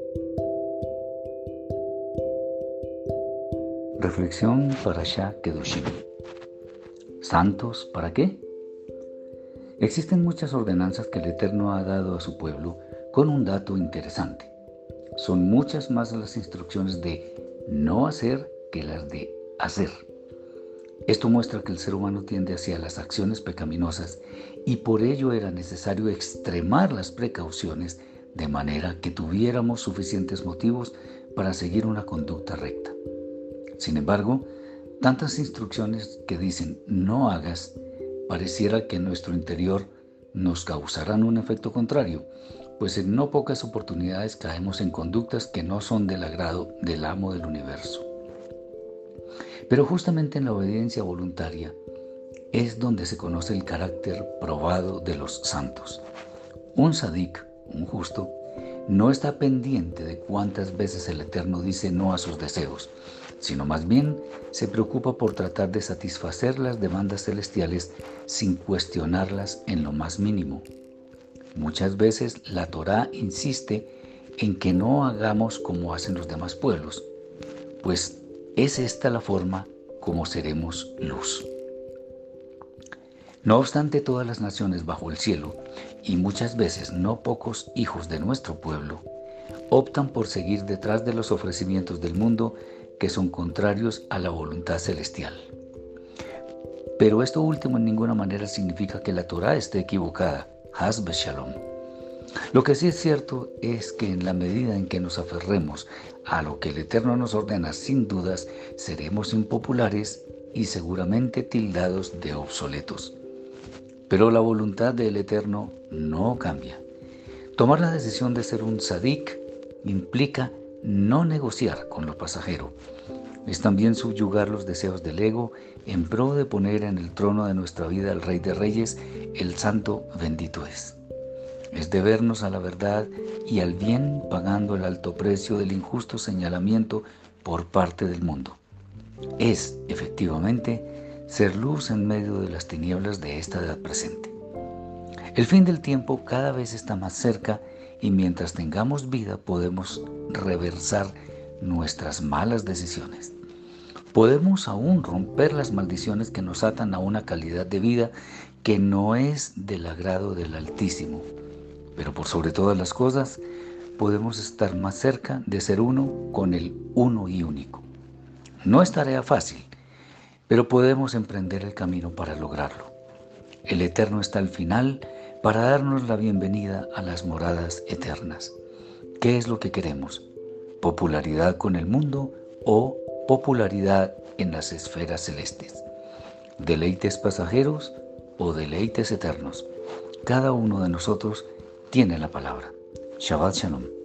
Reflexión Parashá Kedushim. ¿Santos para qué? Existen muchas ordenanzas que el Eterno ha dado a su pueblo con un dato interesante. Son muchas más las instrucciones de no hacer que las de hacer. Esto muestra que el ser humano tiende hacia las acciones pecaminosas y por ello era necesario extremar las precauciones de manera que tuviéramos suficientes motivos para seguir una conducta recta. Sin embargo, tantas instrucciones que dicen no hagas, pareciera que en nuestro interior nos causarán un efecto contrario, pues en no pocas oportunidades caemos en conductas que no son del agrado del amo del universo. Pero justamente en la obediencia voluntaria es donde se conoce el carácter probado de los santos. Un sadik, un justo, no está pendiente de cuántas veces el Eterno dice no a sus deseos, sino más bien se preocupa por tratar de satisfacer las demandas celestiales sin cuestionarlas en lo más mínimo. Muchas veces la Torá insiste en que no hagamos como hacen los demás pueblos, pues es esta la forma como seremos luz. No obstante, todas las naciones bajo el cielo, y muchas veces no pocos hijos de nuestro pueblo, optan por seguir detrás de los ofrecimientos del mundo que son contrarios a la voluntad celestial. Pero esto último en ninguna manera significa que la Torá esté equivocada, Haz Shalom. Lo que sí es cierto es que en la medida en que nos aferremos a lo que el Eterno nos ordena, sin dudas seremos impopulares y seguramente tildados de obsoletos. Pero la voluntad del Eterno no cambia. Tomar la decisión de ser un sadik implica no negociar con lo pasajero. Es también subyugar los deseos del ego en pro de poner en el trono de nuestra vida al Rey de Reyes, el Santo bendito es. Es debernos a la verdad y al bien pagando el alto precio del injusto señalamiento por parte del mundo. Es, efectivamente, ser luz en medio de las tinieblas de esta edad presente. El fin del tiempo cada vez está más cerca y mientras tengamos vida podemos reversar nuestras malas decisiones. Podemos aún romper las maldiciones que nos atan a una calidad de vida que no es del agrado del Altísimo. Pero por sobre todas las cosas, podemos estar más cerca de ser uno con el uno y único. No es tarea fácil, pero podemos emprender el camino para lograrlo. El Eterno está al final para darnos la bienvenida a las moradas eternas. ¿Qué es lo que queremos? ¿Popularidad con el mundo o popularidad en las esferas celestes? ¿Deleites pasajeros o deleites eternos? Cada uno de nosotros tiene la palabra. Shabbat Shalom.